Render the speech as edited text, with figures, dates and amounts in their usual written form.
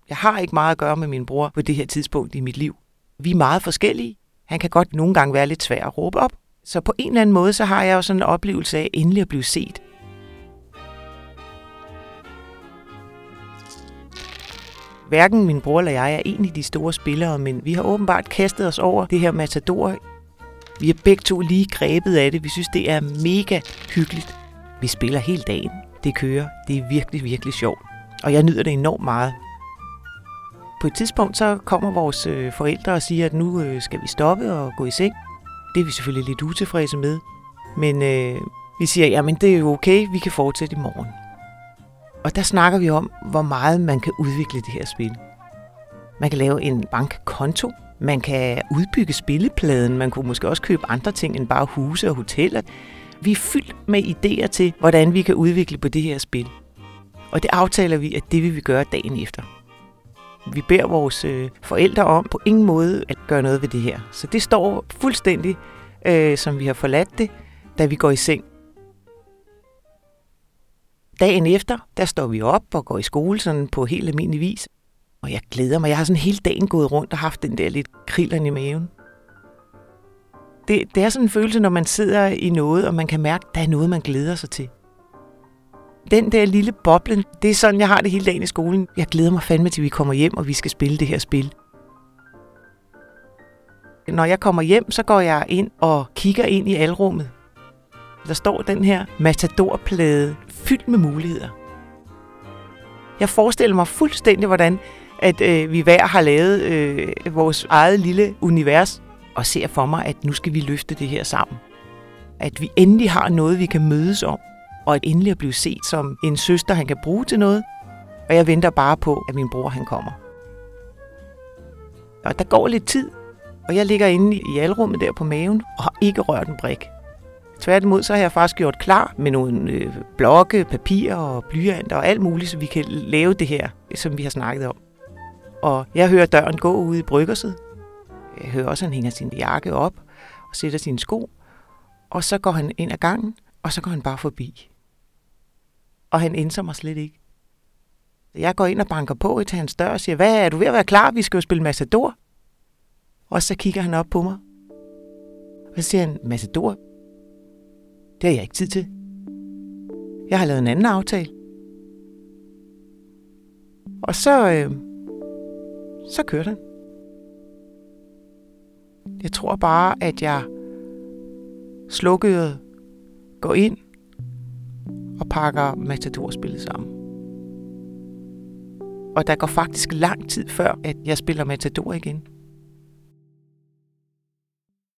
Jeg har ikke meget at gøre med min bror på det her tidspunkt i mit liv. Vi er meget forskellige. Han kan godt nogle gange være lidt svær at råbe op. Så på en eller anden måde, så har jeg jo sådan en oplevelse af endelig at blive set. Hverken min bror eller jeg er egentlig de store spillere, men vi har åbenbart kastet os over det her Matador. Vi er begge to lige grebet af det. Vi synes, det er mega hyggeligt. Vi spiller hele dagen. Det kører. Det er virkelig, virkelig sjovt. Og jeg nyder det enormt meget. På et tidspunkt så kommer vores forældre og siger, at nu skal vi stoppe og gå i seng. Det er vi selvfølgelig lidt utilfredse med. Men vi siger, jamen det er jo okay, vi kan fortsætte i morgen. Og der snakker vi om, hvor meget man kan udvikle det her spil. Man kan lave en bankkonto. Man kan udbygge spillepladen. Man kunne måske også købe andre ting end bare huse og hoteller. Vi er fyldt med idéer til, hvordan vi kan udvikle på det her spil. Og det aftaler vi, at det vil vi gøre dagen efter. Vi beder vores forældre om på ingen måde at gøre noget ved det her. Så det står fuldstændig, som vi har forladt det, da vi går i seng. Dagen efter, der står vi op og går i skole sådan på helt almindelig vis. Og jeg glæder mig. Jeg har sådan hele dagen gået rundt og haft den der lidt krilleren i maven. Det er sådan en følelse, når man sidder i noget, og man kan mærke, at der er noget, man glæder sig til. Den der lille boblen, det er sådan, jeg har det hele dagen i skolen. Jeg glæder mig fandme til, vi kommer hjem, og vi skal spille det her spil. Når jeg kommer hjem, så går jeg ind og kigger ind i alrummet. Der står den her Matador-plade fyldt med muligheder. Jeg forestiller mig fuldstændig, hvordan at vi hver har lavet vores eget lille univers, og ser for mig, at nu skal vi løfte det her sammen. At vi endelig har noget, vi kan mødes om, og at endelig at blive set som en søster, han kan bruge til noget. Og jeg venter bare på, at min bror han kommer. Og der går lidt tid, og jeg ligger inde i alrummet der på maven, og har ikke rørt en brik. Tværtimod så har jeg faktisk gjort klar med nogle blokke, papir og blyanter og alt muligt, så vi kan lave det her, som vi har snakket om. Og jeg hører døren gå ude i bryggerset. Jeg hører også, at han hænger sin jakke op og sætter sine sko. Og så går han ind ad gangen, og så går han bare forbi. Og han indser mig slet ikke. Jeg går ind og banker på til hans dør og siger, hvad er du ved at være klar? Vi skal jo spille Matador. Og så kigger han op på mig. Og så siger han, Matador? Det har jeg ikke tid til. Jeg har lavet en anden aftale. Og så kørte han. Jeg tror bare, at jeg slukkede, går ind og pakker Matador-spillet sammen. Og der går faktisk lang tid før, at jeg spiller Matador igen.